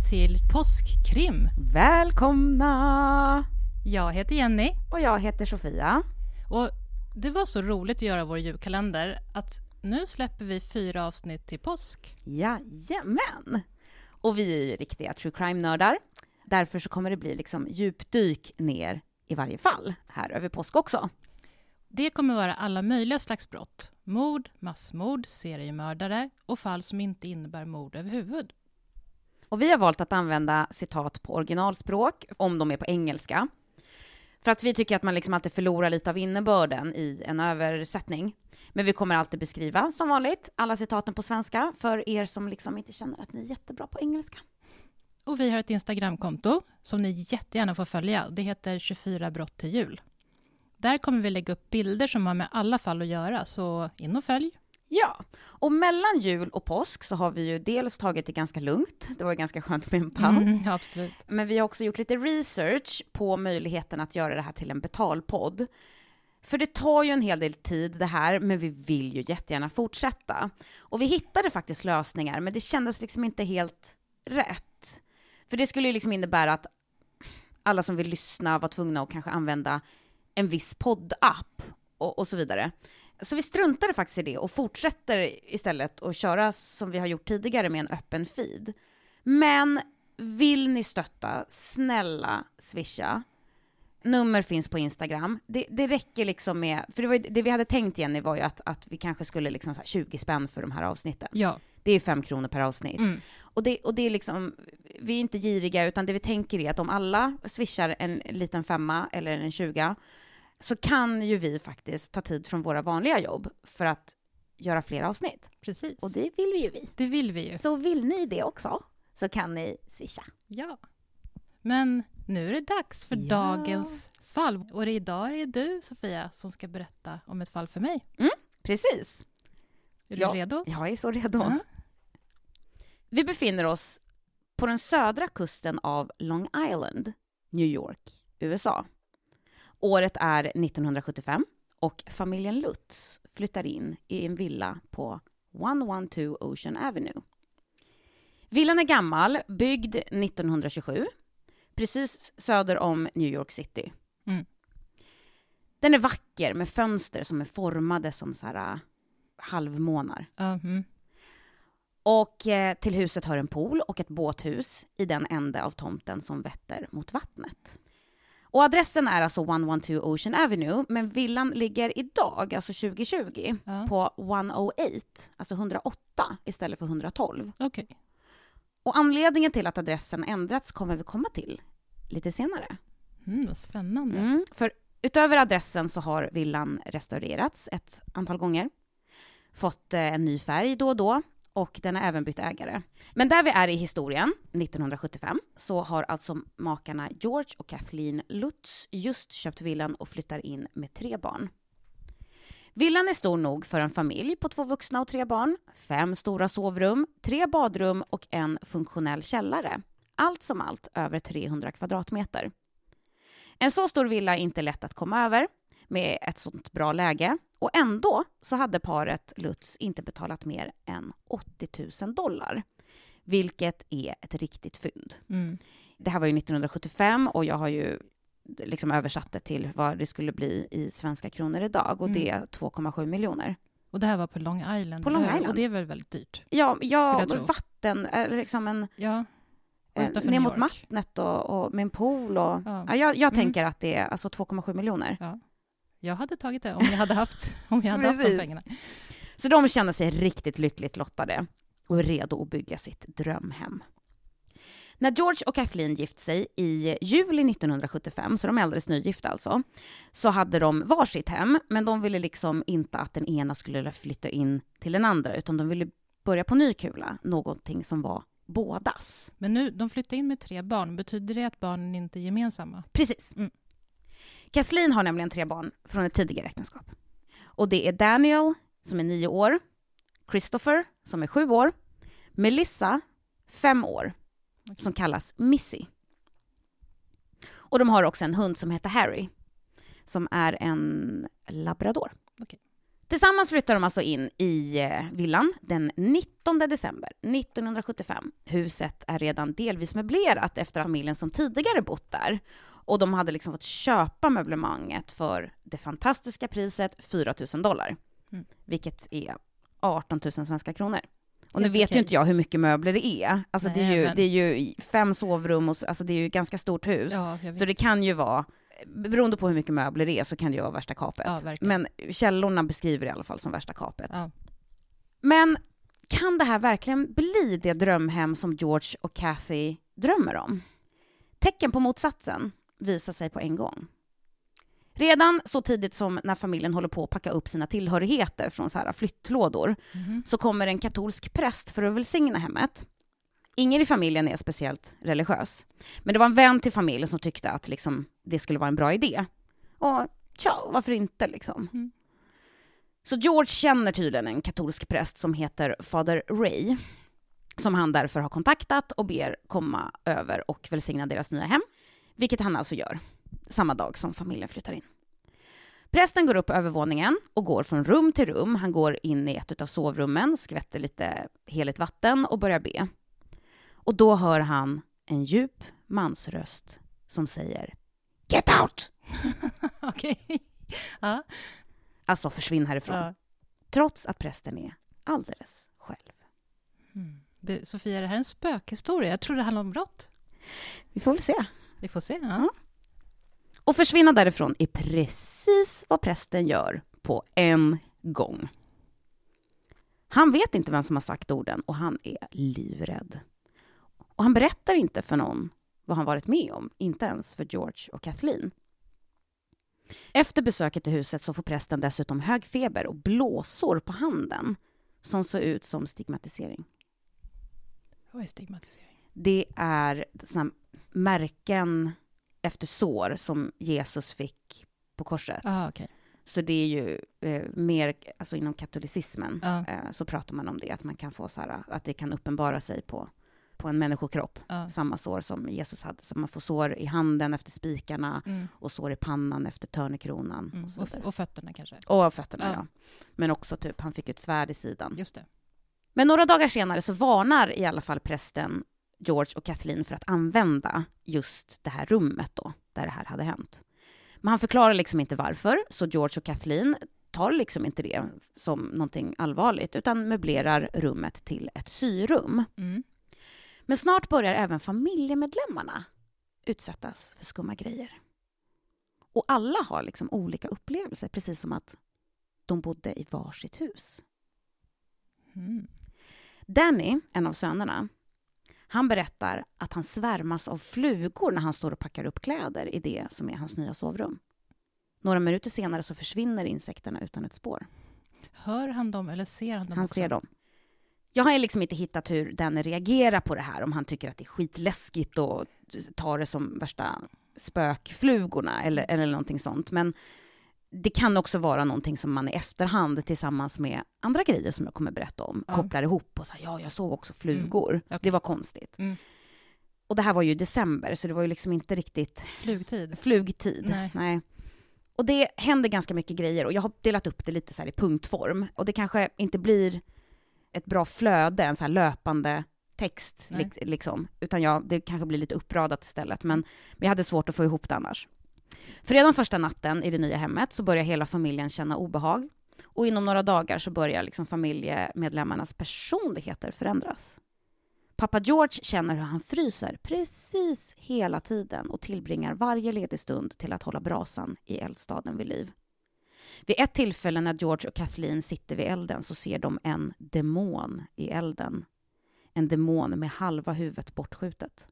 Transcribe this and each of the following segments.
till Påskkrim. Välkomna! Jag heter Jenny. Och jag heter Sofia. Och det var så roligt att göra vår julkalender att nu släpper vi 4 avsnitt till påsk. Jajamän! Och vi är ju riktiga true crime-nördar. Därför så kommer det bli liksom djupdyk ner i varje fall här över påsk också. Det kommer vara alla möjliga slags brott. Mord, massmord, seriemördare och fall som inte innebär mord överhuvud. Och vi har valt att använda citat på originalspråk om de är på engelska. För att vi tycker att man liksom alltid förlorar lite av innebörden i en översättning. Men vi kommer alltid beskriva, som vanligt, alla citaten på svenska för er som liksom inte känner att ni är jättebra på engelska. Och vi har ett Instagramkonto som ni jättegärna får följa. Det heter 24 brott till jul. Där kommer vi lägga upp bilder som har med alla fall att göra, så in och följ. Ja, och mellan jul och påsk så har vi ju dels tagit det ganska lugnt. Det var ganska skönt med en paus. Absolut. Men vi har också gjort lite research på möjligheten att göra det här till en betalpodd. För det tar ju en hel del tid det här, men vi vill ju jättegärna fortsätta. Och vi hittade faktiskt lösningar, men det kändes liksom inte helt rätt. För det skulle ju liksom innebära att alla som vill lyssna var tvungna att kanske använda en viss poddapp och så vidare. Så vi struntade faktiskt i det och fortsätter istället att köra som vi har gjort tidigare med en öppen feed. Men vill ni stötta, snälla swisha. Nummer finns på Instagram. Det räcker liksom med, för det vi hade tänkt, Jenny, var ju att vi kanske skulle liksom så här 20 spänn för de här avsnitten. Ja. Det är 5 kronor per avsnitt. Mm. Och det är liksom, vi är inte giriga, utan det vi tänker är att om alla swishar en liten 5 eller en 20, så kan ju vi faktiskt ta tid från våra vanliga jobb för att göra fler avsnitt. Precis. Och det vill vi ju vi. Det vill vi ju. Så vill ni det också, så kan ni swisha. Ja. Men nu är det dags för Ja. dagens fall. Och idag är det du, Sofia, som ska berätta om ett fall för mig. Precis. Är du redo? Jag är så redo. Ja. Vi befinner oss på den södra kusten av Long Island, New York, USA. Året är 1975 och familjen Lutz flyttar in i en villa på 112 Ocean Avenue. Villan är gammal, byggd 1927, precis söder om New York City. Mm. Den är vacker med fönster som är formade som så här halvmånar. Och till huset hör en pool och ett båthus i den ände av tomten som vetter mot vattnet. Och adressen är alltså 112 Ocean Avenue, men villan ligger idag, alltså 2020, på 108, alltså 108 istället för 112. Okej. Och anledningen till att adressen ändrats kommer vi komma till lite senare. Vad spännande. För utöver adressen så har villan restaurerats ett antal gånger. Fått en ny färg då och då. Och den har även bytt ägare. Men där vi är i historien, 1975, så har alltså makarna George och Kathleen Lutz just köpt villan och flyttar in med 3 barn. Villan är stor nog för en familj på 2 vuxna och 3 barn, 5 stora sovrum, 3 badrum och en funktionell källare. Allt som allt över 300 kvadratmeter. En så stor villa är inte lätt att komma över med ett sånt bra läge. Och ändå så hade paret Lutz inte betalat mer än $80,000. Vilket är ett riktigt fynd. Det här var ju 1975 och jag har ju liksom översatt det till vad det skulle bli i svenska kronor idag. Och det är 2,7 miljoner. Och det här var på Long Island. På Long Island. Och det är väl väldigt dyrt? Ja, vatten, liksom en... Ja. Ner mot vattnet och med en pool. Och, jag tänker att det är alltså 2,7 miljoner. Ja. Jag hade tagit det om jag hade haft, de pengarna. Så de känner sig riktigt lyckligt lottade och är redo att bygga sitt drömhem. När George och Kathleen gift sig i juli 1975, så de är alldeles nygifta alltså, så hade de varsitt hem, men de ville liksom inte att den ena skulle flytta in till den andra, utan de ville börja på ny kula, någonting som var bådas. Men nu, de flyttade in med 3 barn. Betyder det att barnen inte är gemensamma? Precis. Kathleen har nämligen 3 barn från ett tidigare äktenskap. Och det är Daniel, som är 9 år. Christopher, som är 7 år. Melissa, 5 år. Som kallas Missy. Och de har också en hund som heter Harry. Som är en labrador. Tillsammans flyttar de alltså in i villan den 19 december 1975. Huset är redan delvis möblerat efter familjen som tidigare bott där. Och de hade liksom fått köpa möblemanget för det fantastiska priset $4,000. Vilket är 18 000 svenska kronor. Och nu vet ju inte jag hur mycket möbler det är. Alltså nej, det är ju 5 sovrum och alltså det är ju ett ganska stort hus. Ja, så det kan ju vara, beroende på hur mycket möbler det är så kan det ju vara värsta kapet. Ja, men källorna beskriver det i alla fall som värsta kapet. Ja. Men kan det här verkligen bli det drömhem som George och Kathy drömmer om? Tecken på motsatsen visar sig på en gång. Redan så tidigt som när familjen håller på att packa upp sina tillhörigheter från så här flyttlådor så kommer en katolsk präst för att välsigna hemmet. Ingen i familjen är speciellt religiös. Men det var en vän till familjen som tyckte att liksom, det skulle vara en bra idé. Och varför inte liksom? Så George känner tydligen en katolsk präst som heter Father Ray. Som han därför har kontaktat och ber komma över och välsigna deras nya hem. Vilket han alltså gör samma dag som familjen flyttar in. Prästen går upp på övervåningen och går från rum till rum. Han går in i ett av sovrummen, skvätter lite heligt vatten och börjar be. Och då hör han en djup mansröst som säger Get out! Okej. Ja. Alltså försvinn härifrån. Ja. Trots att prästen är alldeles själv. Sofia, är det här en spökhistoria? Jag tror det handlar om brott. Vi får väl se. Vi får se, ja. Och försvinna därifrån är precis vad prästen gör på en gång. Han vet inte vem som har sagt orden och han är livrädd. Och han berättar inte för någon vad han varit med om, inte ens för George och Kathleen. Efter besöket i huset så får prästen dessutom hög feber och blåsor på handen som ser ut som stigmatisering. Vad är stigmatisering? Det är såna märken efter sår som Jesus fick på korset. Okay. Så det är ju mer, alltså inom katolicismen så pratar man om det, att man kan få så här, att det kan uppenbara sig på en människokropp. Samma sår som Jesus hade. Så man får sår i handen efter spikarna och sår i pannan efter törnekronan. Och fötterna kanske. Och fötterna, ja. Men också typ, han fick ett svärd i sidan. Just det. Men några dagar senare så varnar i alla fall prästen George och Kathleen för att använda just det här rummet då, där det här hade hänt. Men han förklarar liksom inte varför, så George och Kathleen tar liksom inte det som någonting allvarligt, utan möblerar rummet till ett syrum. Men snart börjar även familjemedlemmarna utsättas för skumma grejer. Och alla har liksom olika upplevelser, precis som att de bodde i varsitt hus. Danny, en av sönerna, han berättar att han svärmas av flugor när han står och packar upp kläder i det som är hans nya sovrum. Några minuter senare så försvinner insekterna utan ett spår. Hör han dem eller ser han dem Han också? ser dem. Jag har liksom inte hittat hur Danny reagerar på det här. Om han tycker att det är skitläskigt och tar det som värsta spökflugorna eller någonting sånt. Men det kan också vara någonting som man i efterhand tillsammans med andra grejer som jag kommer berätta om kopplar ihop och säger jag såg också flugor. Okay. Det var konstigt. Och det här var ju i december så det var ju liksom inte riktigt flugtid. Nej. Och det händer ganska mycket grejer och jag har delat upp det lite så här i punktform och det kanske inte blir ett bra flöde, en så här löpande text liksom, utan det kanske blir lite uppradat istället, men jag hade svårt att få ihop det annars. För redan första natten i det nya hemmet så börjar hela familjen känna obehag och inom några dagar så börjar liksom familjemedlemmarnas personligheter förändras. Pappa George känner hur han fryser precis hela tiden och tillbringar varje ledig stund till att hålla brasan i eldstaden vid liv. Vid ett tillfälle när George och Kathleen sitter vid elden så ser de en demon i elden. En demon med halva huvudet bortskjutet.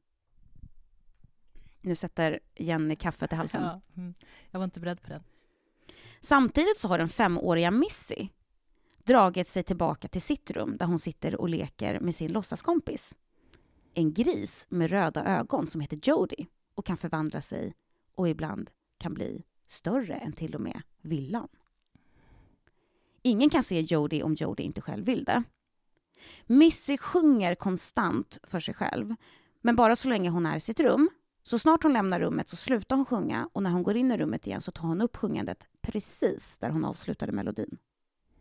Nu sätter Jenny kaffet i halsen. Ja, jag var inte beredd på den. Samtidigt så har den 5-åriga Missy dragit sig tillbaka till sitt rum där hon sitter och leker med sin låtsaskompis. En gris med röda ögon som heter Jody och kan förvandla sig och ibland kan bli större än till och med villan. Ingen kan se Jody om Jody inte själv vill det. Missy sjunger konstant för sig själv, men bara så länge hon är i sitt rum. Så snart hon lämnar rummet så slutar hon sjunga och när hon går in i rummet igen så tar hon upp sjungandet precis där hon avslutade melodin.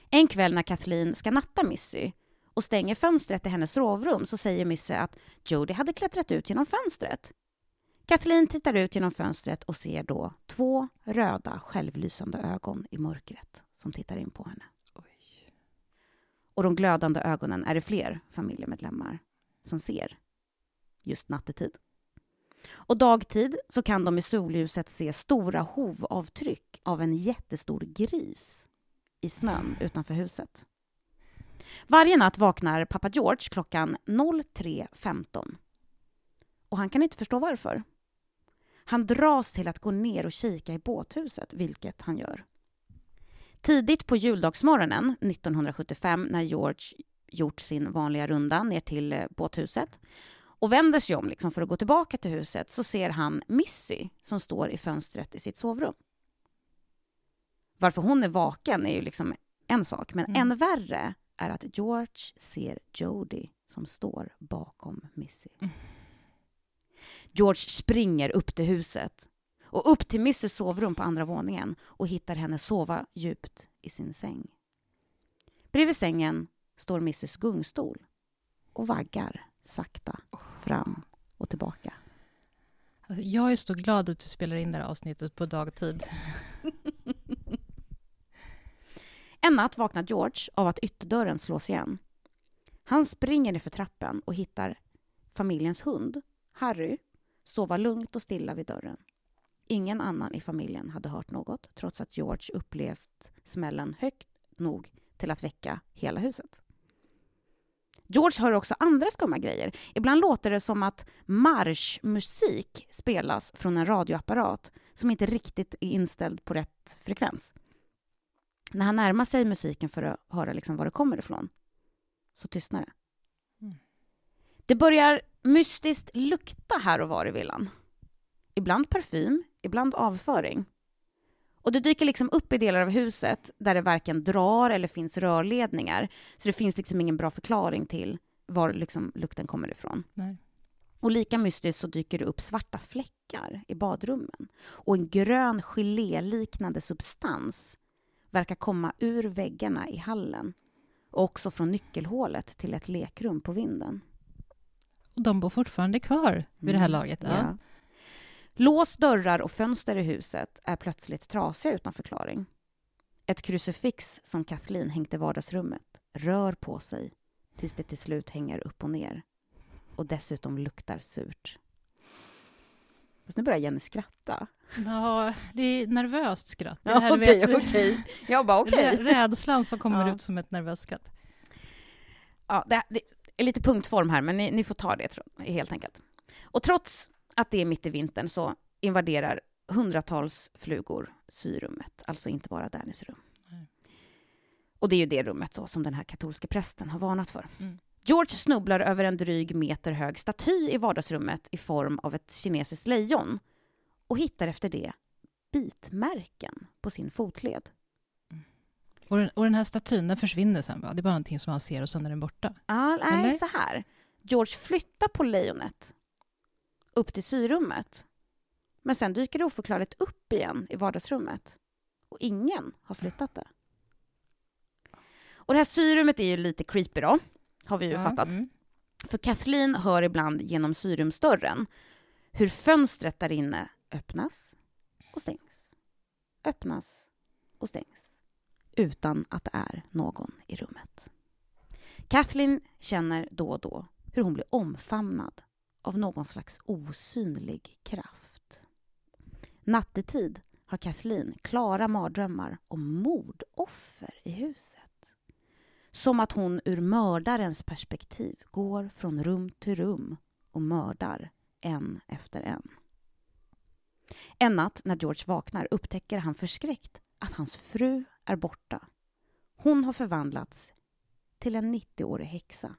En kväll när Kathleen ska natta Missy och stänger fönstret i hennes sovrum så säger Missy att Jody hade klättrat ut genom fönstret. Kathleen tittar ut genom fönstret och ser då 2 röda självlysande ögon i mörkret som tittar in på henne. Oj. Och de glödande ögonen är det fler familjemedlemmar som ser just nattetid. Och dagtid så kan de i solljuset se stora hovavtryck av en jättestor gris i snön utanför huset. Varje natt vaknar pappa George klockan 03.15. Och han kan inte förstå varför. Han dras till att gå ner och kika i båthuset, vilket han gör. Tidigt på juldagsmorgonen 1975 när George gjort sin vanliga runda ner till båthuset och vänder sig om liksom för att gå tillbaka till huset så ser han Missy som står i fönstret i sitt sovrum. Varför hon är vaken är ju liksom en sak, men än värre är att George ser Jody som står bakom Missy. George springer upp till huset och upp till Missys sovrum på andra våningen och hittar henne sova djupt i sin säng. Bredvid sängen står Missys gungstol och vaggar sakta fram och tillbaka. Alltså, jag är så glad att du spelar in det här avsnittet på dagtid. En natt vaknar George av att ytterdörren slås igen. Han springer ner för trappen och hittar familjens hund, Harry, sova lugnt och stilla vid dörren. Ingen annan i familjen hade hört något, trots att George upplevt smällen högt nog till att väcka hela huset. George hör också andra skumma grejer. Ibland låter det som att marschmusik spelas från en radioapparat som inte riktigt är inställd på rätt frekvens. När han närmar sig musiken för att höra liksom var det kommer ifrån så tystnar det. Det börjar mystiskt lukta här och var i villan. Ibland parfym, ibland avföring. Och det dyker liksom upp i delar av huset där det varken drar eller finns rörledningar. Så det finns liksom ingen bra förklaring till var liksom lukten kommer ifrån. Nej. Och lika mystiskt så dyker det upp svarta fläckar i badrummen. Och en grön gelé-liknande substans verkar komma ur väggarna i hallen. Och också från nyckelhålet till ett lekrum på vinden. Och de bor fortfarande kvar vid det här laget. Ja. Lås, dörrar och fönster i huset är plötsligt trasiga utan förklaring. Ett krucifix som Kathleen hängt i vardagsrummet rör på sig tills det till slut hänger upp och ner. Och dessutom luktar surt. Fast nu börjar Jenny skratta. Ja, det är nervöst skratt. Det Ja, här, okej. Jag bara okej. Rädslan som kommer ut som ett nervöst skratt. Ja, det är lite punktform här, men ni får ta det helt enkelt. Och trots att det är mitt i vintern så invaderar hundratals flugor syrummet. Alltså inte bara Dannys rum. Och det är ju det rummet då, som den här katolska prästen har varnat för. George snubblar över en dryg meter hög staty i vardagsrummet i form av ett kinesiskt lejon och hittar efter det bitmärken på sin fotled. Och den här statyn, den försvinner sen, va? Det är bara någonting som man ser och sen är den borta. Nej, så här. George flyttar på lejonet upp till syrummet. Men sen dyker det oförklarligt upp igen i vardagsrummet. Och ingen har flyttat det. Och det här syrummet är ju lite creepy då. Har vi ju fattat. För Kathleen hör ibland genom syrumsdörren hur fönstret där inne öppnas och stängs. Öppnas och stängs. Utan att det är någon i rummet. Kathleen känner då och då hur hon blir omfamnad av någon slags osynlig kraft. Nattetid har Kathleen klara mardrömmar om mordoffer i huset. Som att hon ur mördarens perspektiv går från rum till rum och mördar en efter en. En natt när George vaknar upptäcker han förskräckt att hans fru är borta. Hon har förvandlats till en 90-årig häxa.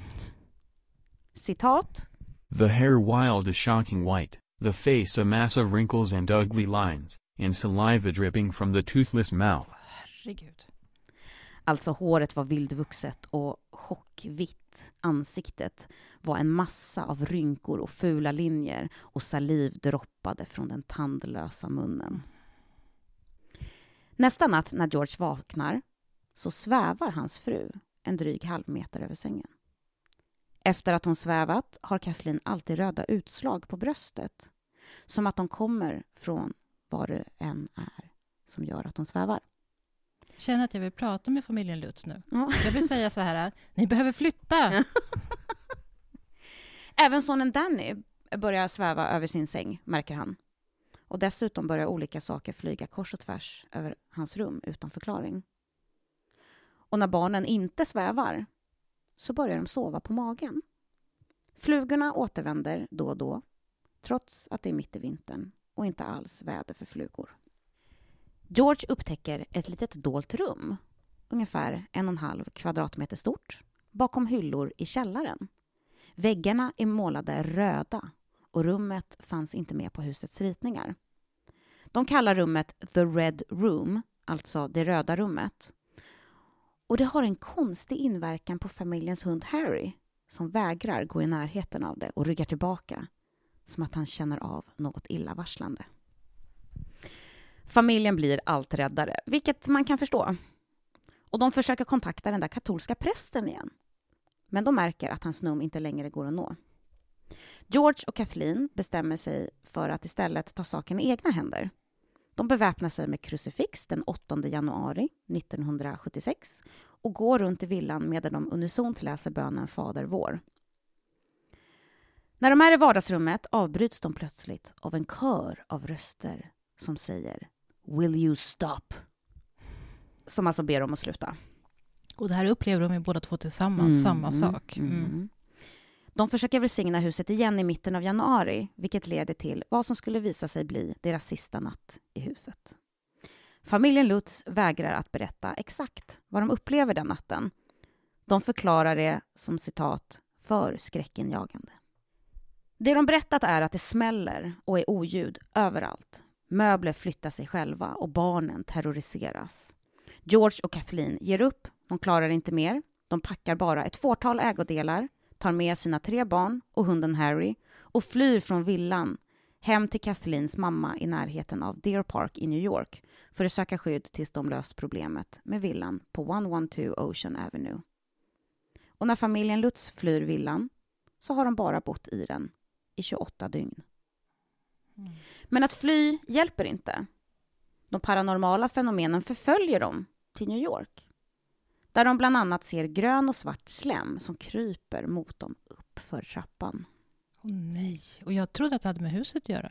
Citat. The hair wild a shocking white, the face a mass of wrinkles and ugly lines, and saliva dripping from the toothless mouth. Herregud. Alltså håret var vildvuxet och chockvitt. Ansiktet var en massa av rynkor och fula linjer och saliv droppade från den tandlösa munnen. Nästa natt när George vaknar så svävar hans fru en dryg halvmeter över sängen. Efter att hon svävat har Kathleen alltid röda utslag på bröstet. Som att de kommer från vad det än är som gör att hon svävar. Jag känner att jag vill prata med familjen Lutz nu. Ja. Jag vill säga så här, ni behöver flytta. Även sonen Danny börjar sväva över sin säng, märker han. Och dessutom börjar olika saker flyga kors och tvärs över hans rum utan förklaring. Och när barnen inte svävar så börjar de sova på magen. Flugorna återvänder då och då, trots att det är mitt i vintern och inte alls väder för flugor. George upptäcker ett litet dolt rum, ungefär 1,5 kvadratmeter stort, bakom hyllor i källaren. Väggarna är målade röda och rummet fanns inte med på husets ritningar. De kallar rummet The Red Room, alltså det röda rummet. Och det har en konstig inverkan på familjens hund Harry, som vägrar gå i närheten av det och ryggar tillbaka, som att han känner av något illavarslande. Familjen blir allt räddare, vilket man kan förstå. Och de försöker kontakta den där katolska prästen igen. Men de märker att hans nummer inte längre går att nå. George och Kathleen bestämmer sig för att istället ta saken i egna händer. De beväpnar sig med krucifix den 8 januari 1976 och går runt i villan medan de unisont läser bönen Fader vår. När de är i vardagsrummet avbryts de plötsligt av en kör av röster som säger "Will you stop?" Som alltså ber dem att sluta. Och det här upplever de ju båda två tillsammans, samma sak. De försöker välsigna huset igen i mitten av januari, vilket leder till vad som skulle visa sig bli deras sista natt i huset. Familjen Lutz vägrar att berätta exakt vad de upplever den natten. De förklarar det som citat för skräckinjagande. Det de berättat är att det smäller och är oljud överallt. Möbler flyttar sig själva och barnen terroriseras. George och Kathleen ger upp, de klarar inte mer. De packar bara ett fåtal ägodelar, tar med sina 3 barn och hunden Harry och flyr från villan hem till Kathleens mamma i närheten av Deer Park i New York för att söka skydd tills de löst problemet med villan på 112 Ocean Avenue. Och när familjen Lutz flyr villan så har de bara bott i den i 28 dygn. Men att fly hjälper inte. De paranormala fenomenen förföljer dem till New York. Där de bland annat ser grön och svart slem som kryper mot dem upp för trappan. Nej, och jag trodde att det hade med huset att göra.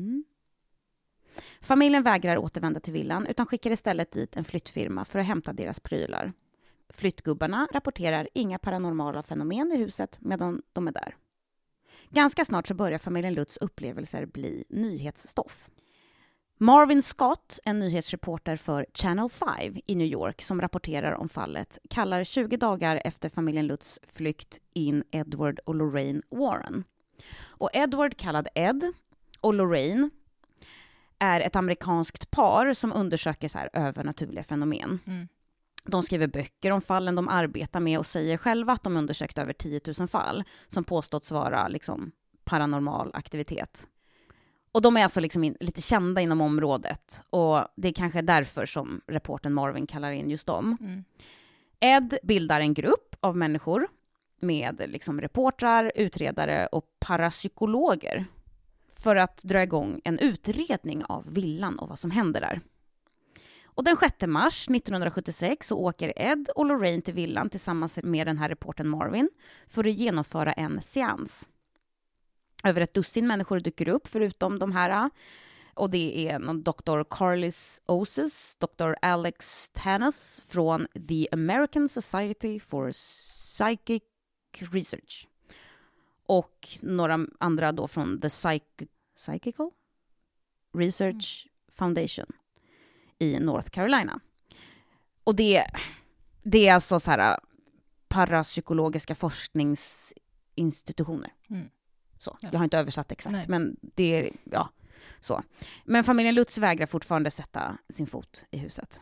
Familjen vägrar återvända till villan utan skickar istället dit en flyttfirma för att hämta deras prylar. Flyttgubbarna rapporterar inga paranormala fenomen i huset medan de är där. Ganska snart så börjar familjen Lutz upplevelser bli nyhetsstoff. Marvin Scott, en nyhetsreporter för Channel 5 i New York som rapporterar om fallet, kallar 20 dagar efter familjen Lutz flykt in Edward och Lorraine Warren. Och Edward, kallad Ed, och Lorraine är ett amerikanskt par som undersöker så här övernaturliga fenomen. De skriver böcker om fallen de arbetar med och säger själva att de undersökt över 10 000 fall som påståtts vara liksom paranormal aktivitet. Och de är alltså liksom lite kända inom området. Och det är kanske därför som reportern Marvin kallar in just dem. Ed bildar en grupp av människor med liksom reportrar, utredare och parapsykologer för att dra igång en utredning av villan och vad som händer där. Och den 6 mars 1976 så åker Ed och Lorraine till villan tillsammans med den här reportern Marvin för att genomföra en seans. Över 1 dussin människor dyker upp förutom de här. Och det är någon Dr. Carlis Oses, Dr. Alex Tanis från The American Society for Psychic Research. Och några andra då från The Psychical Research Foundation i North Carolina. Och det är alltså så här parapsykologiska forskningsinstitutioner. Så. Ja. Jag har inte översatt exakt. Nej. Men det är, ja, så. Men familjen Lutz vägrar fortfarande sätta sin fot i huset.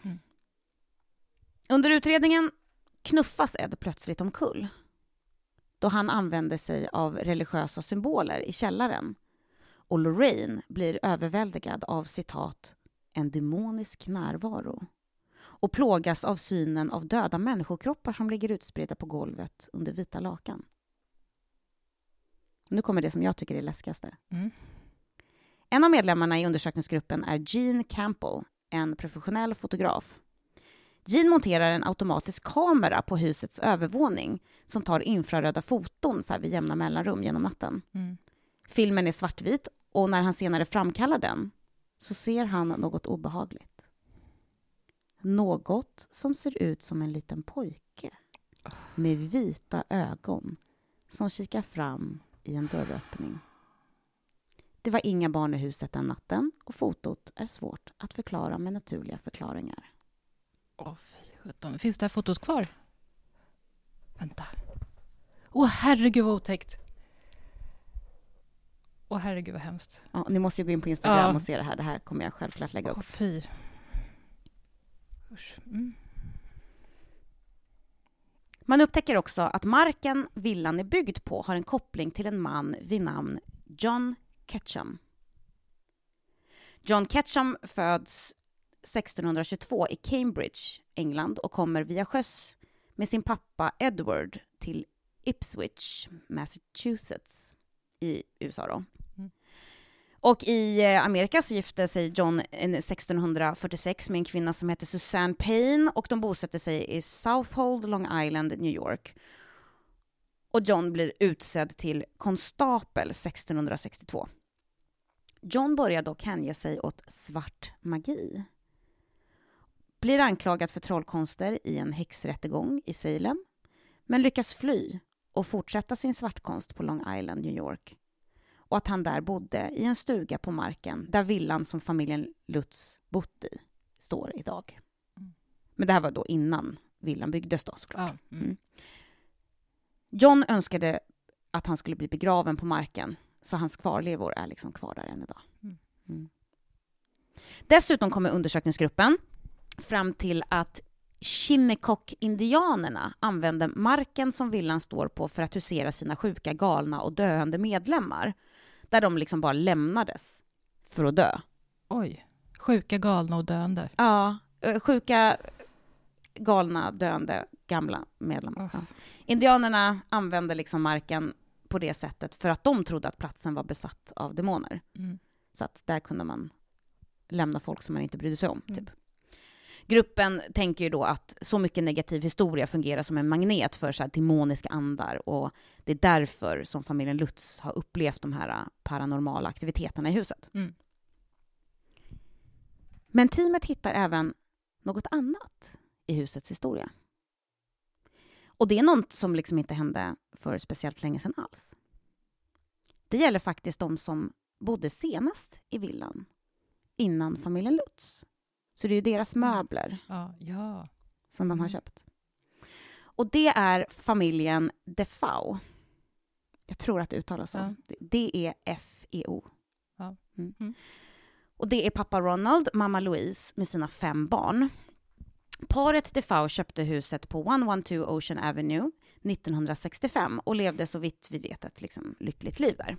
Under utredningen knuffas Ed plötsligt omkull. Då han använder sig av religiösa symboler i källaren. Och Lorraine blir överväldigad av citat en demonisk närvaro. och plågas av synen av döda människokroppar som ligger utspridda på golvet under vita lakan. Nu kommer det som jag tycker är läskigaste. En av medlemmarna i undersökningsgruppen är Gene Campbell, en professionell fotograf. Gene monterar en automatisk kamera på husets övervåning som tar infraröda foton så här vid jämna mellanrum genom natten. Filmen är svartvit och när han senare framkallar den så ser han något obehagligt. Något som ser ut som en liten pojke med vita ögon som kikar fram i en dörröppning. Det var inga barn i huset den natten och fotot är svårt att förklara med naturliga förklaringar. Fy sjutton. Finns det här fotot kvar? Vänta. Herregud vad otäckt. Herregud vad hemskt. Ja, ni måste ju gå in på Instagram och se det här. Det här kommer jag självklart lägga upp. Fy. Usch. Man upptäcker också att marken villan är byggd på har en koppling till en man vid namn John Ketchum. John Ketchum föds 1622 i Cambridge, England och kommer via sjöss med sin pappa Edward till Ipswich, Massachusetts i USA då. Och i Amerika så gifte sig John 1646 med en kvinna som heter Susanne Payne och de bosätter sig i Southold, Long Island, New York. Och John blir utsedd till konstapel 1662. John börjar dock hänge sig åt svart magi. Blir anklagad för trollkonster i en häxrättegång i Salem, men lyckas fly och fortsätta sin svartkonst på Long Island, New York. Och att han där bodde i en stuga på marken där villan som familjen Lutz bott i står idag. Men det här var då innan villan byggdes då såklart. John önskade att han skulle bli begraven på marken så hans kvarlevor är liksom kvar där än idag. Dessutom kommer undersökningsgruppen fram till att Shinnecock-indianerna använde marken som villan står på för att husera sina sjuka, galna och döende medlemmar. Där de liksom bara lämnades för att dö. Oj, sjuka, galna och döende. Ja, sjuka, galna, döende, gamla medlemmar. Ja. Indianerna använde liksom marken på det sättet för att de trodde att platsen var besatt av demoner. Så att där kunde man lämna folk som man inte brydde sig om, typ. Gruppen tänker ju då att så mycket negativ historia fungerar som en magnet för så här demoniska andar och det är därför som familjen Lutz har upplevt de här paranormala aktiviteterna i huset. Men teamet hittar även något annat i husets historia. Och det är något som liksom inte hände för speciellt länge sedan alls. Det gäller faktiskt de som bodde senast i villan innan familjen Lutz. Så det är ju deras möbler som de har köpt. Och det är familjen Defau. Jag tror att det uttalas så. Ja. D-E-F-E-O. Ja. Och det är pappa Ronald, mamma Louise med sina 5 barn. Paret Defau köpte huset på 112 Ocean Avenue 1965 och levde så vitt vi vet ett liksom lyckligt liv där.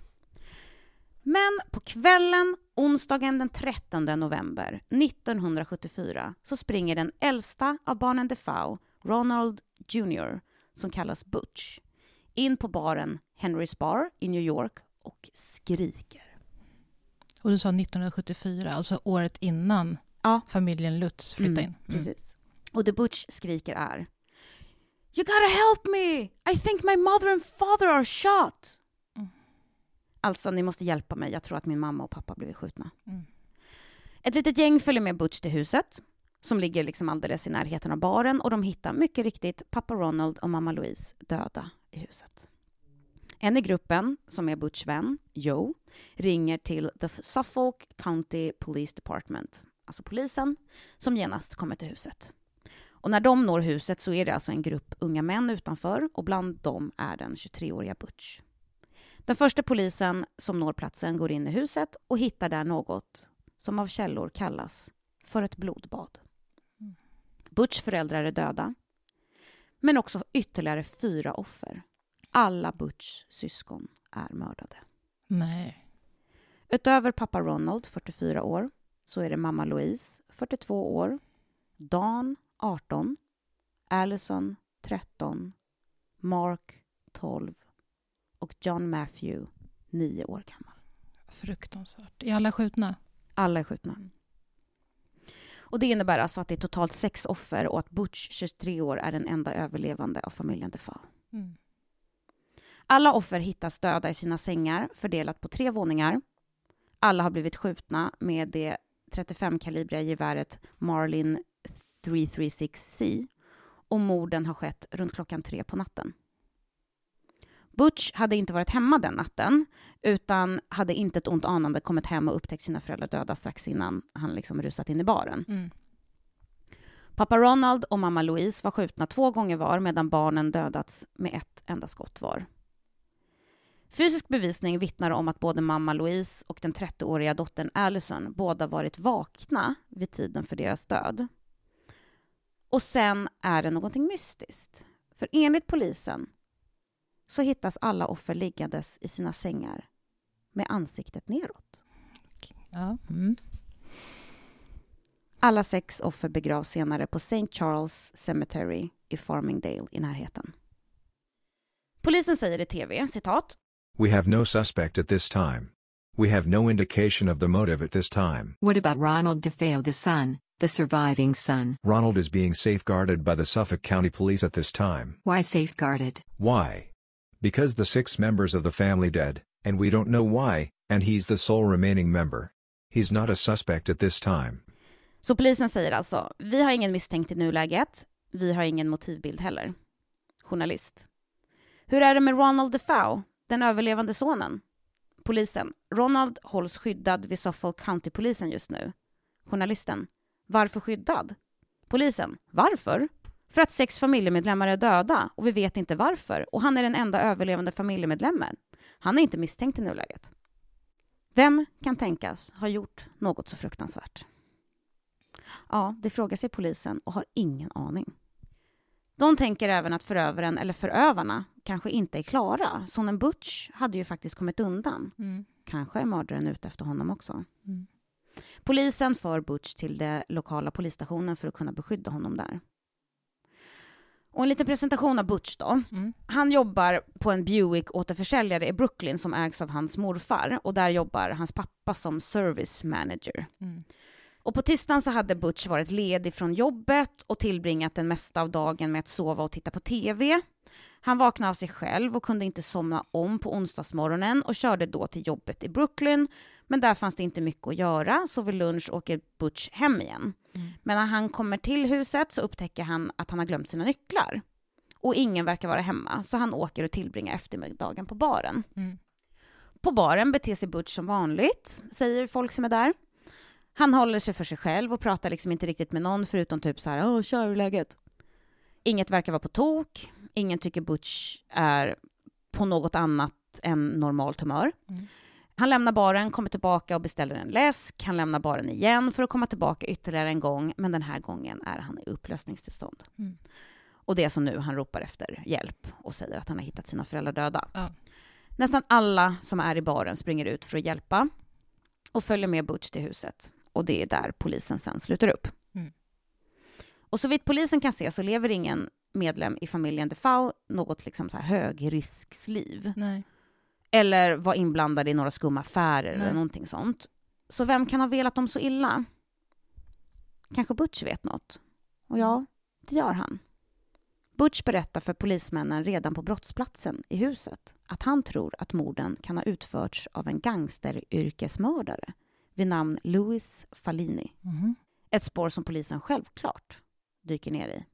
Men på kvällen, onsdagen den 13 november 1974 så springer den äldsta av barnen Defau, Ronald Jr., som kallas Butch, in på baren Henry's Bar i New York och skriker. Och du sa 1974, alltså året innan familjen Lutz flyttade in. Precis. Och det Butch skriker är: "You gotta help me! I think my mother and father are shot!" Alltså, ni måste hjälpa mig. Jag tror att min mamma och pappa blivit skjutna. Ett litet gäng följer med Butch till huset som ligger liksom alldeles i närheten av baren och de hittar mycket riktigt pappa Ronald och mamma Louise döda i huset. En i gruppen, som är Butchs vän, Joe, ringer till the Suffolk County Police Department, alltså polisen, som genast kommer till huset. Och när de når huset så är det alltså en grupp unga män utanför och bland dem är den 23-åriga Butch. Den första polisen som når platsen går in i huset och hittar där något som av källor kallas för ett blodbad. Butchs föräldrar är döda, men också ytterligare 4 offer. Alla Butchs syskon är mördade. Nej. Utöver pappa Ronald, 44 år, så är det mamma Louise, 42 år, Dawn 18, Allison 13, Mark 12 och John Matthew 9 år gammal. Fruktansvärt. Är alla skjutna? Alla är skjutna. Och det innebär alltså att det är totalt 6 offer och att Butch, 23 år, är den enda överlevande av familjen DeFau. Mm. Alla offer hittas döda i sina sängar, fördelat på 3 våningar. Alla har blivit skjutna med det 35-kalibriga geväret Marlin 336C och morden har skett runt klockan 3 på natten. Butch hade inte varit hemma den natten utan hade inte ett ont anande kommit hem och upptäckt sina föräldrar döda strax innan han liksom rusat in i baren. Mm. Pappa Ronald och mamma Louise var skjutna 2 gånger var medan barnen dödats med ett enda skott var. Fysisk bevisning vittnar om att både mamma Louise och den 30-åriga dottern Allison båda varit vakna vid tiden för deras död. Och sen är det någonting mystiskt. För enligt polisen så hittas alla offer liggandes i sina sängar med ansiktet neråt. Ja. Mm. Alla 6 offer begravs senare på St. Charles Cemetery i Farmingdale i närheten. Polisen säger i tv, citat: We have no suspect at this time. We have no indication of the motive at this time. What about Ronald DeFeo, the son, the surviving son? Ronald is being safeguarded by the Suffolk County Police at this time. Why safeguarded? Why? Because the 6 members of the family dead, and we don't know why, and he's the sole remaining member. He's not a suspect at this time. Så polisen säger alltså, vi har ingen misstänkt i nuläget. Vi har ingen motivbild heller. Journalist: hur är det med Ronald DeFeo, den överlevande sonen? Polisen: Ronald hålls skyddad vid Suffolk County-polisen just nu. Journalisten: varför skyddad? Polisen: varför? För att 6 familjemedlemmar är döda och vi vet inte varför. Och han är den enda överlevande familjemedlemmen. Han är inte misstänkt i nuläget. Vem kan tänkas ha gjort något så fruktansvärt? Ja, det frågar sig polisen och har ingen aning. De tänker även att förövaren eller förövarna kanske inte är klara. Sonen Butch hade ju faktiskt kommit undan. Mm. Kanske är mördaren ute efter honom också. Mm. Polisen för Butch till den lokala polisstationen för att kunna beskydda honom där. Och en liten presentation av Butch då. Mm. Han jobbar på en Buick-återförsäljare i Brooklyn som ägs av hans morfar. Och där jobbar hans pappa som service manager. Mm. Och på tisdagen så hade Butch varit ledig från jobbet och tillbringat den mesta av dagen med att sova och titta på tv. Han vaknade av sig själv och kunde inte somna om på onsdagsmorgonen och körde då till jobbet i Brooklyn. Men där fanns det inte mycket att göra, så vid lunch åker Butch hem igen. Mm. Men när han kommer till huset så upptäcker han att han har glömt sina nycklar. Och ingen verkar vara hemma, så han åker och tillbringar eftermiddagen på baren. Mm. På baren beter sig Butch som vanligt, säger folk som är där. Han håller sig för sig själv och pratar liksom inte riktigt med någon förutom typ så här, kör hur läget? Inget verkar vara på tok. Ingen tycker Butch är på något annat än normalt humör. Mm. Han lämnar baren, kommer tillbaka och beställer en läsk. Han lämnar baren igen för att komma tillbaka ytterligare en gång. Men den här gången är han i upplösningstillstånd. Mm. Och det är som nu han ropar efter hjälp och säger att han har hittat sina föräldrar döda. Ja. Nästan alla som är i baren springer ut för att hjälpa och följer med Butch till huset. Och det är där polisen sen slutar upp. Mm. Och så vitt polisen kan se så lever ingen medlem i familjen DeFau något liksom så här högrisksliv. Nej. Eller var inblandad i några skumma affärer Nej. eller någonting sånt. Så vem kan ha velat dem så illa? Kanske Butch vet något. Och ja, det gör han. Butch berättar för polismännen redan på brottsplatsen i huset att han tror att morden kan ha utförts av en gangsteryrkesmördare vid namn Louis Fallini. Mm. Ett spår som polisen självklart dyker ner i.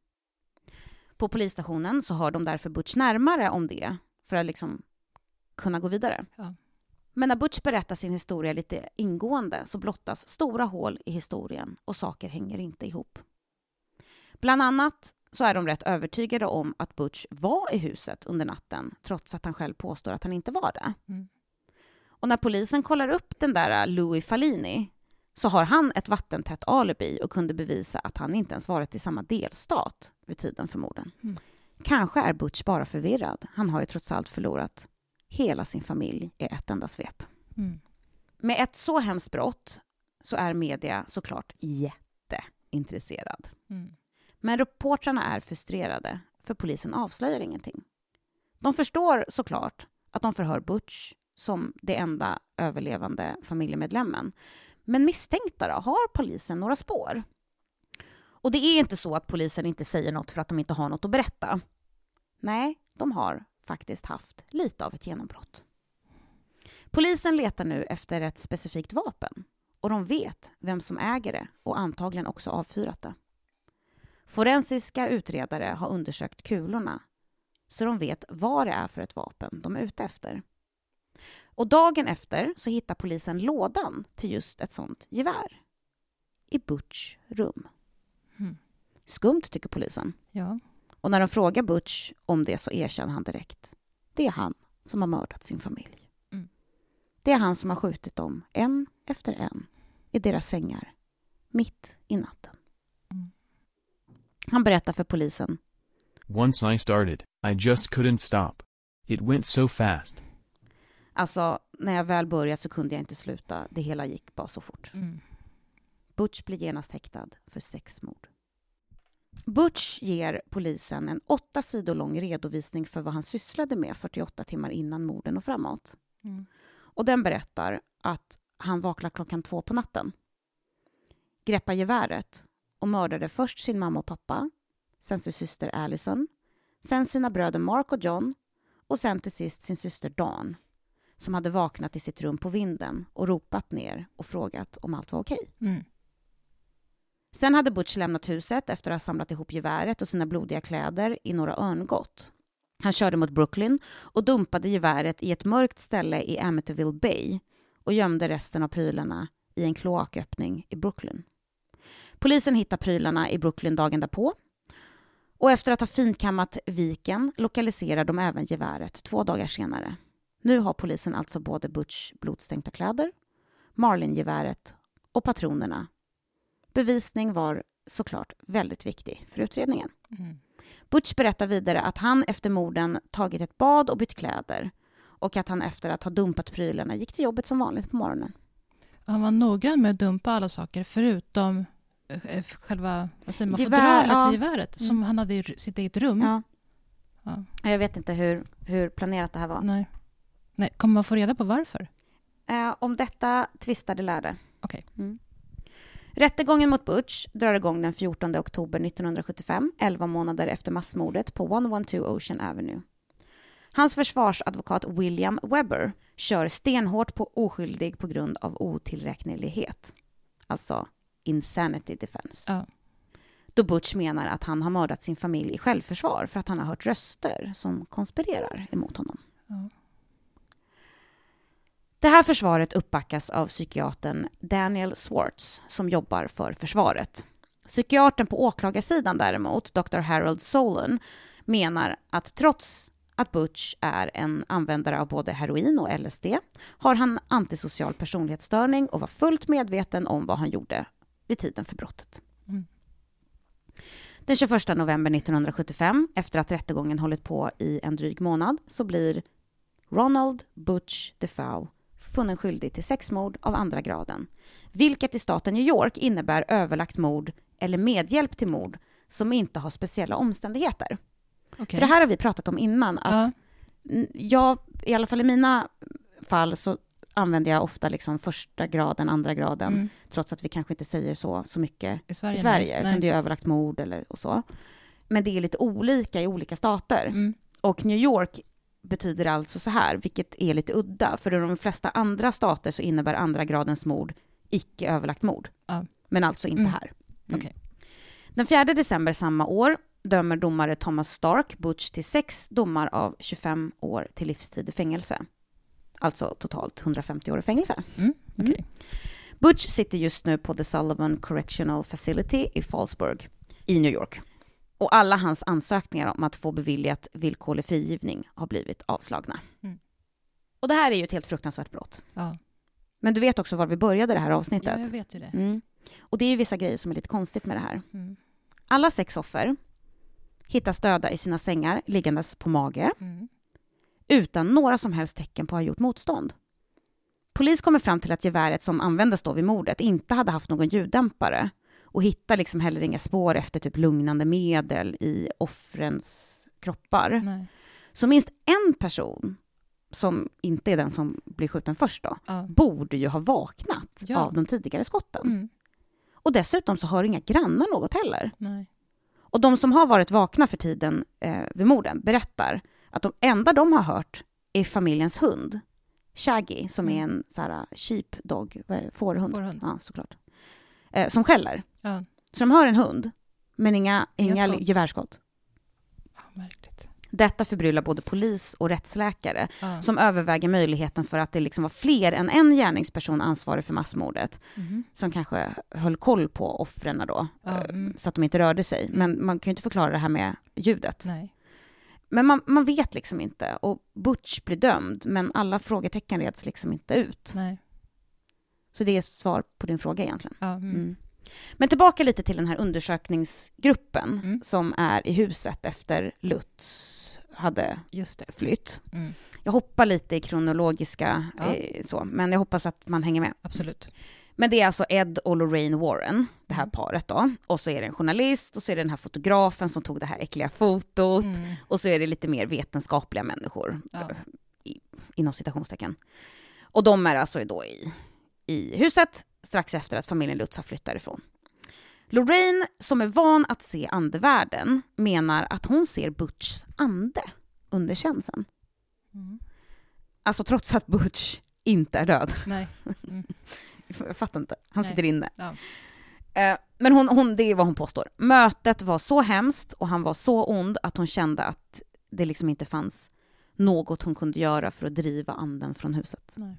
På polisstationen så hör de därför Butch närmare om det för att liksom kunna gå vidare. Ja. Men när Butch berättar sin historia lite ingående så blottas stora hål i historien och saker hänger inte ihop. Bland annat så är de rätt övertygade om att Butch var i huset under natten trots att han själv påstår att han inte var det. Mm. Och när polisen kollar upp den där Louis Fallini så har han ett vattentätt alibi och kunde bevisa att han inte ens varit i samma delstat vid tiden för morden. Mm. Kanske är Butch bara förvirrad. Han har ju trots allt förlorat hela sin familj i ett enda svep. Mm. Med ett så hemskt brott så är media såklart jätteintresserad. Mm. Men reportrarna är frustrerade för polisen avslöjar ingenting. De förstår såklart att de förhör Butch som det enda överlevande familjemedlemmen. Men misstänkta då? Har polisen några spår? Och det är inte så att polisen inte säger något för att de inte har något att berätta. Nej, de har faktiskt haft lite av ett genombrott. Polisen letar nu efter ett specifikt vapen och de vet vem som äger det och antagligen också avfyrat det. Forensiska utredare har undersökt kulorna så de vet vad det är för ett vapen de är ute efter. Och dagen efter så hittar polisen lådan till just ett sånt gevär i Butch rum. Skumt tycker polisen. Ja. Och när de frågar Butch om det så erkänner han direkt. Det är han som har mördat sin familj. Det är han som har skjutit dem en efter en i deras sängar mitt i natten. Han berättar för polisen. Once I started, I just couldn't stop. It went so fast. Alltså, när jag väl börjat så kunde jag inte sluta. Det hela gick bara så fort. Butch blir genast häktad för 6 mord. Butch ger polisen en 8 sidor lång redovisning för vad han sysslade med 48 timmar innan morden och framåt. Och den berättar att han vaknade klockan 2 på natten. Greppade geväret och mördade först sin mamma och pappa, sen sin syster Allison, sen sina bröder Mark och John och sen till sist sin syster Dawn som hade vaknat i sitt rum på vinden och ropat ner och frågat om allt var okej. Sen hade Butch lämnat huset efter att ha samlat ihop geväret och sina blodiga kläder i några örngott. Han körde mot Brooklyn och dumpade geväret i ett mörkt ställe i Amityville Bay och gömde resten av prylarna i en kloaköppning i Brooklyn. Polisen hittade prylarna i Brooklyn dagen därpå och efter att ha finkammat viken lokaliserade de även geväret 2 dagar senare. Nu har polisen alltså både Butch blodstänkta kläder, Marlin-geväret och patronerna. Bevisning var såklart väldigt viktig för utredningen. Butch berättar vidare att han efter morden tagit ett bad och bytt kläder och att han efter att ha dumpat prylarna gick till jobbet som vanligt på morgonen. Han var noggrann med att dumpa alla saker förutom själva geväret som han hade i sitt eget rum. Ja. Jag vet inte hur planerat det här var. Nej. Kommer man få reda på varför? Om detta tvistade lärde. Okej. Rättegången mot Butch drar igång den 14 oktober 1975, 11 månader efter massmordet på 112 Ocean Avenue. Hans försvarsadvokat William Webber kör stenhårt på oskyldig på grund av otillräknelighet. Alltså insanity defense. Ja. Då Butch menar att han har mördat sin familj i självförsvar för att han har hört röster som konspirerar emot honom. Ja. Det här försvaret uppbackas av psykiatern Daniel Swartz som jobbar för försvaret. Psykiatern på åklagarsidan däremot, Dr. Harold Solon, menar att trots att Butch är en användare av både heroin och LSD har han antisocial personlighetsstörning och var fullt medveten om vad han gjorde vid tiden för brottet. Den 21 november 1975, efter att rättegången hållit på i en dryg månad, så blir Ronald Butch DeFau funnen skyldig till 6 mord av andra graden, vilket i staten New York innebär överlagt mord eller medhjälp till mord som inte har speciella omständigheter. Okay. För det här har vi pratat om innan, att jag, i alla fall i mina fall, så använder jag ofta liksom första graden, andra graden, trots att vi kanske inte säger så mycket i Sverige. Utan det är överlagt mord och så. Men det är lite olika i olika stater. Och New York betyder alltså så här, vilket är lite udda. För i de flesta andra stater så innebär andra gradens mord icke överlagt mord. Men alltså inte här. Okay. Den 4 december samma år dömer domare Thomas Stark Butch till 6 domar av 25 år till livstid i fängelse. Alltså totalt 150 år i fängelse. Okay. Butch sitter just nu på The Sullivan Correctional Facility i Fallsburg i New York. Och alla hans ansökningar om att få beviljat villkorlig frigivning har blivit avslagna. Och det här är ju ett helt fruktansvärt brott. Ja. Men du vet också var vi började det här avsnittet. Ja, jag vet ju det. Och det är ju vissa grejer som är lite konstigt med det här. Alla 6 offer hittas döda i sina sängar liggandes på mage utan några som helst tecken på att ha gjort motstånd. Polis kommer fram till att geväret som användes då vid mordet inte hade haft någon ljuddämpare Och hittar liksom heller inga spår efter typ lugnande medel i offrens kroppar. Nej. Så minst en person, som inte är den som blir skjuten först då, Ja. borde ju ha vaknat Ja. av de tidigare skotten. Mm. Och dessutom så hör inga grannar något heller. Nej. Och de som har varit vakna för tiden vid morden berättar att de enda de har hört är familjens hund. Shaggy, som är en så här sheepdog, fårhund. Fårhund. Ja, såklart. Som skäller. Ja. Så de hör en hund, men inga skott. gevärsskott. Ja, märkligt. Detta förbryllar både polis och rättsläkare Ja. som överväger möjligheten för att det liksom var fler än en gärningsperson ansvarig för massmordet Mhm. som kanske höll koll på offren då, Ja, mm. så att de inte rörde sig. Men man kan ju inte förklara det här med ljudet. Nej. Men man vet liksom inte. Och Butch blir dömd, men alla frågetecken reds liksom inte ut. Nej. Så det är svar på din fråga egentligen. Ja, mm. Mm. Men tillbaka lite till den här undersökningsgruppen Mm. som är i huset efter Lutz hade Just det. flytt. Mm. Jag hoppar lite i kronologiska Ja. så, men jag hoppas att man hänger med. Absolut. Men det är alltså Ed och Lorraine Warren, det här paret då. Och så är det en journalist och så är det den här fotografen som tog det här äckliga fotot. Mm. Och så är det lite mer vetenskapliga människor, Ja. inom citationstecken. Och de är alltså då i huset strax efter att familjen Lutz har flyttat därifrån. Lorraine, som är van att se andevärlden, menar att hon ser Butchs ande under känseln. Mm. Alltså trots att Butch inte är död. Nej. Mm. Jag fattar inte. Han Nej. sitter inne. Ja. Men hon, det är vad hon påstår. Mötet var så hemskt och han var så ond att hon kände att det liksom inte fanns något hon kunde göra för att driva anden från huset. Nej.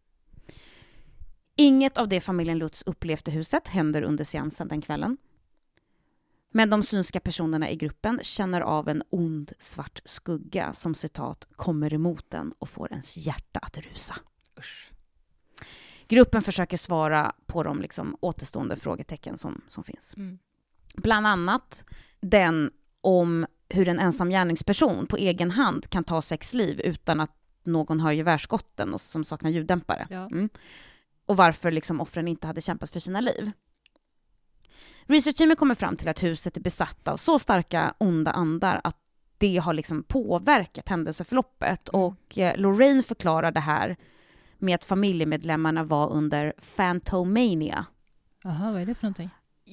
Inget av det familjen Lutz upplevde huset händer under seansen den kvällen. Men de synska personerna i gruppen känner av en ond svart skugga som citat kommer emot den och får ens hjärta att rusa. Usch. Gruppen försöker svara på de liksom återstående frågetecken som finns. Mm. Bland annat den om hur en ensam gärningsperson på egen hand kan ta 6 liv utan att någon har gevärsskotten och som saknar ljuddämpare. Ja. Mm. Och varför liksom offren inte hade kämpat för sina liv. Researchteamet kommer fram till att huset är besatt av så starka onda andar att det har liksom påverkat händelseförloppet. Mm. Och Lorraine förklarar det här med att familjemedlemmarna var under phantomania. Jaha, vad är det för någonting?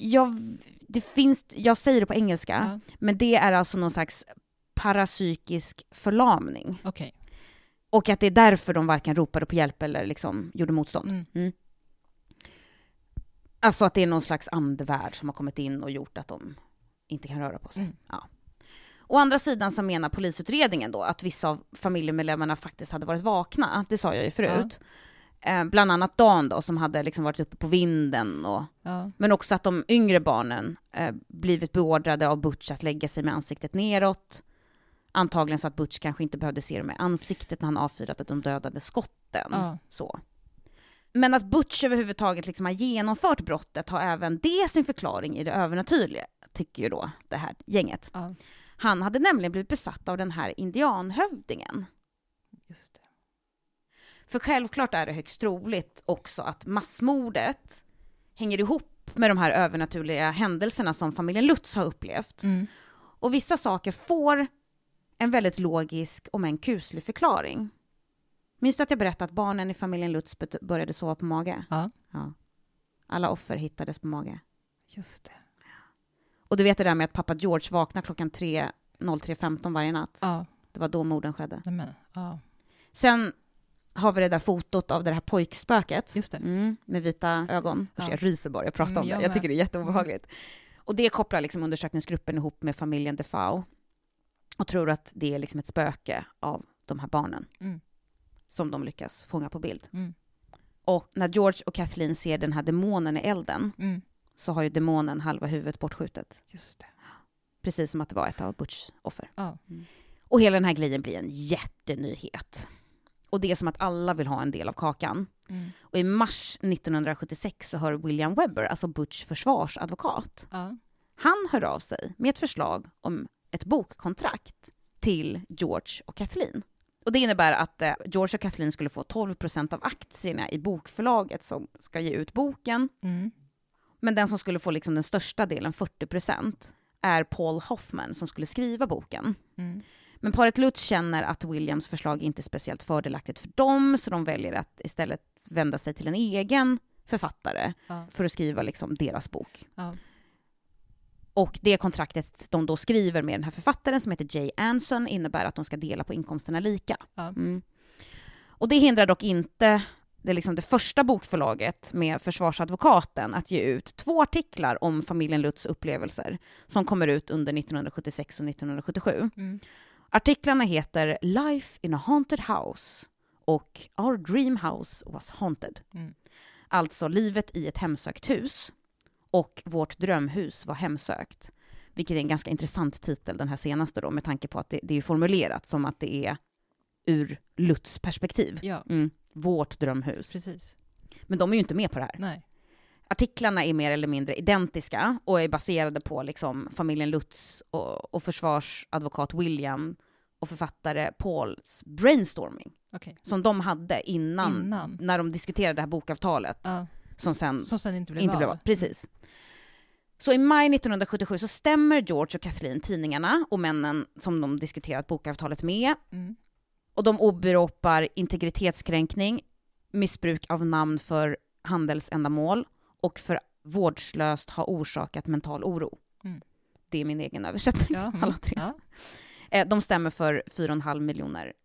Jag säger det på engelska, Ja. men det är alltså någon slags parapsykisk förlamning. Okej. Och att det är därför de varken ropade på hjälp eller liksom gjorde motstånd. Mm. Mm. Alltså att det är någon slags andevärld som har kommit in och gjort att de inte kan röra på sig. Mm. Ja. Å andra sidan så menar polisutredningen då att vissa av familjemedlemmarna faktiskt hade varit vakna. Det sa jag ju förut. Bland annat Dan då, som hade liksom varit uppe på vinden. Ja. Men också att de yngre barnen blivit beordrade av Butch att lägga sig med ansiktet neråt. Antagligen så att Butch kanske inte behövde se dem i ansiktet när han avfyrade de dödade skotten. Ja. Så. Men att Butch överhuvudtaget liksom har genomfört brottet har även det sin förklaring i det övernaturliga, tycker ju då det här gänget. Ja. Han hade nämligen blivit besatt av den här indianhövdingen. Just det. För självklart är det högst troligt också att massmordet hänger ihop med de här övernaturliga händelserna som familjen Lutz har upplevt. Mm. Och vissa saker får en väldigt logisk och en kuslig förklaring. Minns du att jag berättade att barnen i familjen Lutz började sova på mage? Ja. Ja. Alla offer hittades på mage. Just det. Och du vet det där med att pappa George vaknade klockan 03:15 varje natt. Ja. Det var då morden skedde. Nej, men, ja. Sen har vi det där fotot av det här pojkspöket. Just det. Med vita ögon. Ja. Jag ryser bara, jag pratar om jag det. Jag med. tycker det är jätteobehagligt. Och det kopplar liksom undersökningsgruppen ihop med familjen Defoe. Och tror att det är liksom ett spöke av de här barnen. Mm. Som de lyckas fånga på bild. Mm. Och när George och Kathleen ser den här demonen i elden Mm. så har ju demonen halva huvudet bortskjutet. Just det. Precis som att det var ett av Butchs offer. Ja. Och hela den här grejen blir en jättenyhet. Och det är som att alla vill ha en del av kakan. Mm. Och i mars 1976 så hör William Webber, alltså Butchs försvarsadvokat, Ja. han hör av sig med ett förslag om ett bokkontrakt till George och Kathleen. Och det innebär att George och Kathleen skulle få 12% av aktierna i bokförlaget som ska ge ut boken. Mm. Men den som skulle få liksom den största delen, 40%, är Paul Hoffman som skulle skriva boken. Men paret Lutz känner att Williams förslag inte är speciellt fördelaktigt för dem, så de väljer att istället vända sig till en egen författare för att skriva liksom deras bok. Och det kontraktet de då skriver med den här författaren som heter Jay Anson innebär att de ska dela på inkomsterna lika. Och det hindrar dock inte det första bokförlaget med Försvarsadvokaten att ge ut 2 artiklar om familjen Lutz upplevelser som kommer ut under 1976 och 1977. Artiklarna heter Life in a Haunted House och Our Dream House Was Haunted. Alltså livet i ett hemsökt hus och vårt drömhus var hemsökt. Vilket är en ganska intressant titel, den här senaste då, med tanke på att det är formulerat som att det är ur Lutz perspektiv. Vårt drömhus. Precis. Men de är ju inte med på det här. Nej. Artiklarna är mer eller mindre identiska och är baserade på liksom familjen Lutz och försvarsadvokat William och författare Pauls brainstorming. Som de hade innan när de diskuterade det här bokavtalet. Som sen inte blev av. Precis. Så i maj 1977 så stämmer George och Kathleen tidningarna och männen som de diskuterat bokavtalet med. Och de åberopar integritetskränkning, missbruk av namn för handelsändamål och för vårdslöst ha orsakat mental oro. Det är min egen översättning. Alla 3. De stämmer för $4,5 miljoner.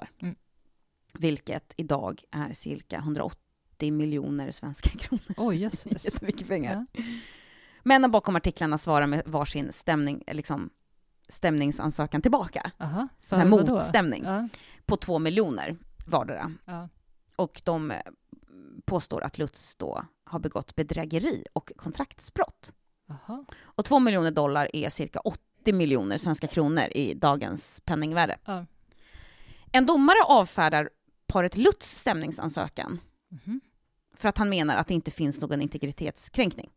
Vilket idag är cirka 180 miljoner svenska kronor. Oj, jösses. Jättemycket pengar. Männen bakom artiklarna svarar med varsin stämningsansökan tillbaka. För motstämning. På 2 miljoner vardera. Och de påstår att Lutz då har begått bedrägeri och kontraktsbrott. Och $2 miljoner är cirka 80 miljoner svenska kronor i dagens penningvärde. En domare avfärdar paret Lutz stämningsansökan för att han menar att det inte finns någon integritetskränkning.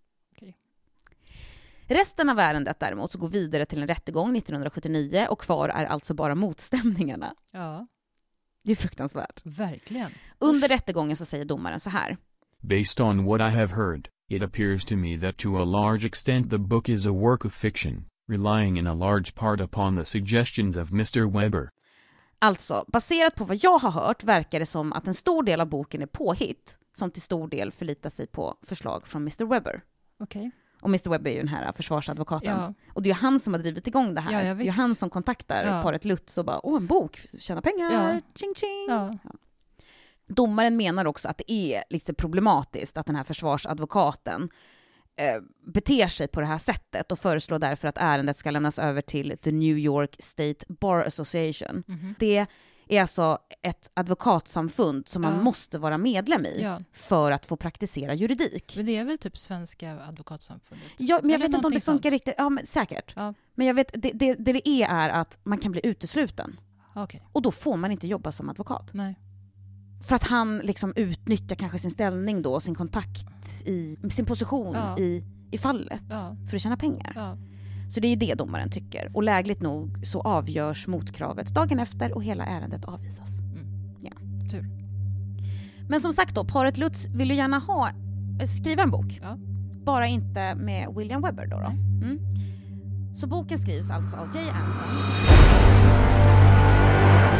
Resten av ärendet däremot så går vidare till en rättegång 1979 och kvar är alltså bara motstämningarna. Det är fruktansvärt. Verkligen. Under rättegången så säger domaren så här. Based on what I have heard, it appears to me that to a large extent the book is a work of fiction, relying in a large part upon the suggestions of Mr. Weber. Alltså, baserat på vad jag har hört verkar det som att en stor del av boken är påhitt som till stor del förlitar sig på förslag från Mr. Weber. Och Mr. Weber är ju den här försvarsadvokaten. Och det är ju han som har drivit igång det här. Det är ju han som kontaktar paret Lutz och bara, en bok, tjäna pengar, ching ching. Domaren menar också att det är lite problematiskt att den här försvarsadvokaten beter sig på det här sättet och föreslår därför att ärendet ska lämnas över till the New York State Bar Association. Det är alltså ett advokatsamfund som man måste vara medlem i för att få praktisera juridik. Men det är väl typ svenska advokatsamfundet? Ja, men jag vet inte om det funkar riktigt. Ja, men säkert. Men jag vet, det är att man kan bli utesluten. Och då får man inte jobba som advokat. För att han liksom utnyttjar kanske sin ställning då, sin kontakt i sin position i fallet för att tjäna pengar. Så det är det domaren tycker. Och lägligt nog så avgörs motkravet dagen efter och hela ärendet avvisas. Tur. Men som sagt då, paret Lutz vill ju gärna skriva en bok. Bara inte med William Weber då. Så boken skrivs alltså av Jay Anson.